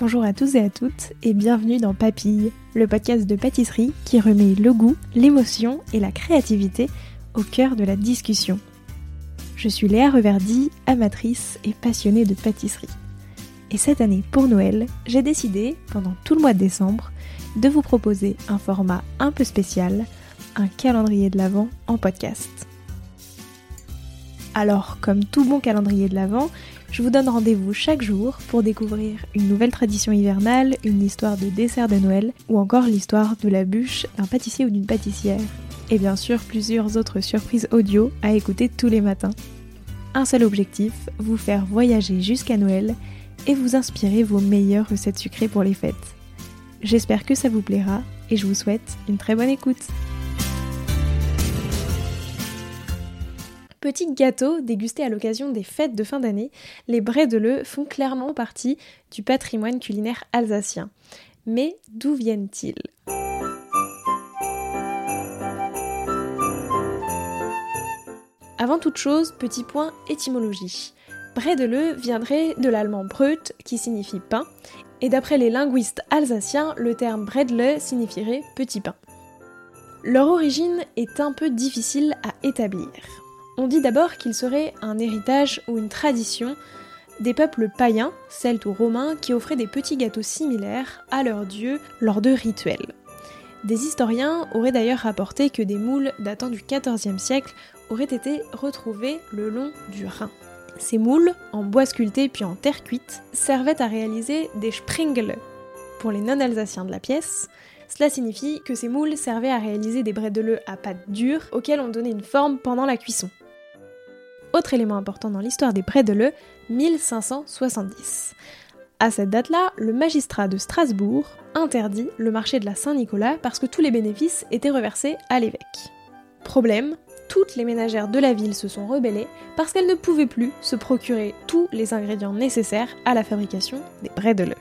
Bonjour à tous et à toutes et bienvenue dans Papille, le podcast de pâtisserie qui remet le goût, l'émotion et la créativité au cœur de la discussion. Je suis Léa Reverdy, amatrice et passionnée de pâtisserie. Et cette année pour Noël, j'ai décidé, pendant tout le mois de décembre, de vous proposer un format un peu spécial, un calendrier de l'Avent en podcast. Alors, comme tout bon calendrier de l'Avent, je vous donne rendez-vous chaque jour pour découvrir une nouvelle tradition hivernale, une histoire de dessert de Noël ou encore l'histoire de la bûche d'un pâtissier ou d'une pâtissière. Et bien sûr, plusieurs autres surprises audio à écouter tous les matins. Un seul objectif, vous faire voyager jusqu'à Noël et vous inspirer vos meilleures recettes sucrées pour les fêtes. J'espère que ça vous plaira et je vous souhaite une très bonne écoute. Petit gâteau dégusté à l'occasion des fêtes de fin d'année, les bredele font clairement partie du patrimoine culinaire alsacien. Mais d'où viennent-ils ? Avant toute chose, petit point étymologie. Bredele viendrait de l'allemand Brot qui signifie pain, et d'après les linguistes alsaciens, le terme bredele signifierait petit pain. Leur origine est un peu difficile à établir. On dit d'abord qu'il serait un héritage ou une tradition des peuples païens, celtes ou romains, qui offraient des petits gâteaux similaires à leurs dieux lors de rituels. Des historiens auraient d'ailleurs rapporté que des moules datant du XIVe siècle auraient été retrouvés le long du Rhin. Ces moules, en bois sculpté puis en terre cuite, servaient à réaliser des springele. Pour les non-alsaciens de la pièce, cela signifie que ces moules servaient à réaliser des bredele à pâte dure auxquelles on donnait une forme pendant la cuisson. Autre élément important dans l'histoire des bredele, 1570. À cette date-là, le magistrat de Strasbourg interdit le marché de la Saint-Nicolas parce que tous les bénéfices étaient reversés à l'évêque. Problème, toutes les ménagères de la ville se sont rebellées parce qu'elles ne pouvaient plus se procurer tous les ingrédients nécessaires à la fabrication des bredele.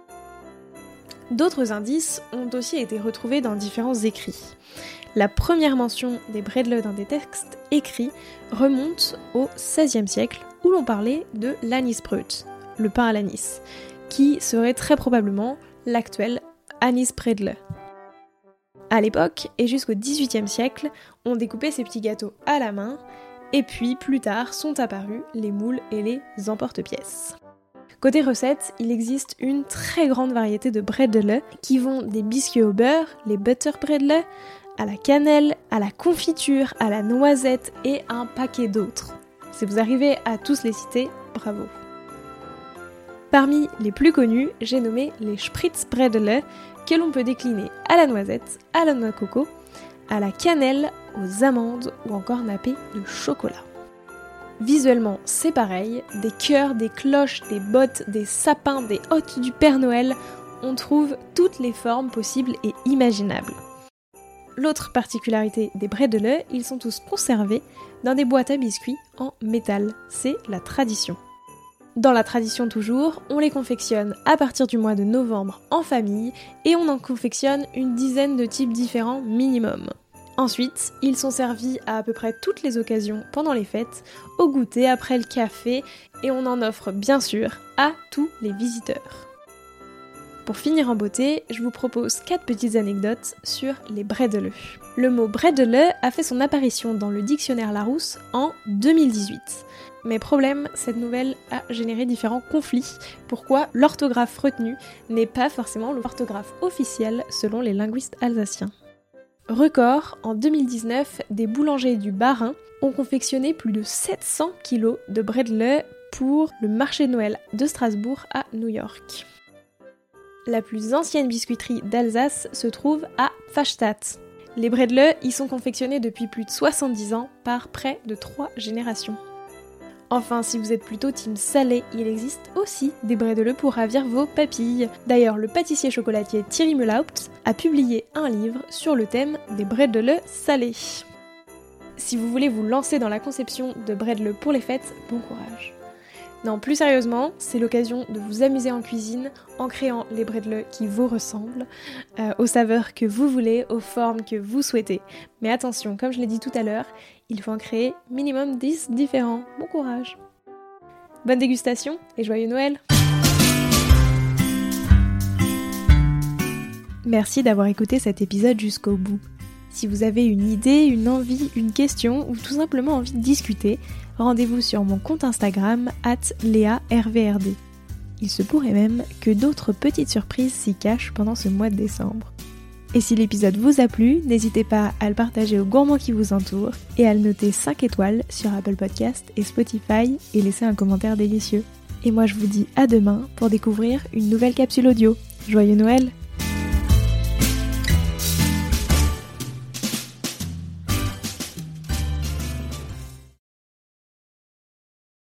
D'autres indices ont aussi été retrouvés dans différents écrits. La première mention des bredele dans des textes écrits remonte au XVIe siècle où l'on parlait de l'anisbrot, le pain à l'anis, qui serait très probablement l'actuel anisbredele. À l'époque et jusqu'au XVIIIe siècle, on découpait ces petits gâteaux à la main et puis plus tard sont apparus les moules et les emporte-pièces. Côté recettes, il existe une très grande variété de bredele qui vont des biscuits au beurre, les butter bredele, à la cannelle, à la confiture, à la noisette et un paquet d'autres. Si vous arrivez à tous les citer, bravo. Parmi les plus connus, j'ai nommé les Spritzbredele que l'on peut décliner à la noisette, à la noix de coco, à la cannelle, aux amandes ou encore nappés de chocolat. Visuellement, c'est pareil, des cœurs, des cloches, des bottes, des sapins, des hôtes du Père Noël, on trouve toutes les formes possibles et imaginables. L'autre particularité des bredele, ils sont tous conservés dans des boîtes à biscuits en métal, c'est la tradition. Dans la tradition toujours, on les confectionne à partir du mois de novembre en famille et on en confectionne une dizaine de types différents minimum. Ensuite, ils sont servis à peu près toutes les occasions pendant les fêtes, au goûter, après le café, et on en offre bien sûr à tous les visiteurs. Pour finir en beauté, je vous propose 4 petites anecdotes sur les bredele. Le mot bredele a fait son apparition dans le dictionnaire Larousse en 2018. Mais problème, cette nouvelle a généré différents conflits, pourquoi l'orthographe retenue n'est pas forcément l'orthographe officielle selon les linguistes alsaciens. Record, en 2019, des boulangers du Bas-Rhin ont confectionné plus de 700 kg de bredele pour le marché de Noël de Strasbourg à New York. La plus ancienne biscuiterie d'Alsace se trouve à Pfastatt. Les bredele y sont confectionnés depuis plus de 70 ans par près de 3 générations. Enfin, si vous êtes plutôt team salé, il existe aussi des bredele pour ravir vos papilles. D'ailleurs, le pâtissier chocolatier Thierry Mühlhaupt a publié un livre sur le thème des bredele salés. Si vous voulez vous lancer dans la conception de bredele pour les fêtes, bon courage. Non, plus sérieusement, c'est l'occasion de vous amuser en cuisine en créant les bredele qui vous ressemblent, aux saveurs que vous voulez, aux formes que vous souhaitez. Mais attention, comme je l'ai dit tout à l'heure, il faut en créer minimum 10 différents. Bon courage! Bonne dégustation et joyeux Noël! Merci d'avoir écouté cet épisode jusqu'au bout. Si vous avez une idée, une envie, une question ou tout simplement envie de discuter, rendez-vous sur mon compte Instagram @learvrd. Il se pourrait même que d'autres petites surprises s'y cachent pendant ce mois de décembre. Et si l'épisode vous a plu, n'hésitez pas à le partager aux gourmands qui vous entourent et à le noter 5 étoiles sur Apple Podcast et Spotify et laisser un commentaire délicieux. Et moi je vous dis à demain pour découvrir une nouvelle capsule audio. Joyeux Noël!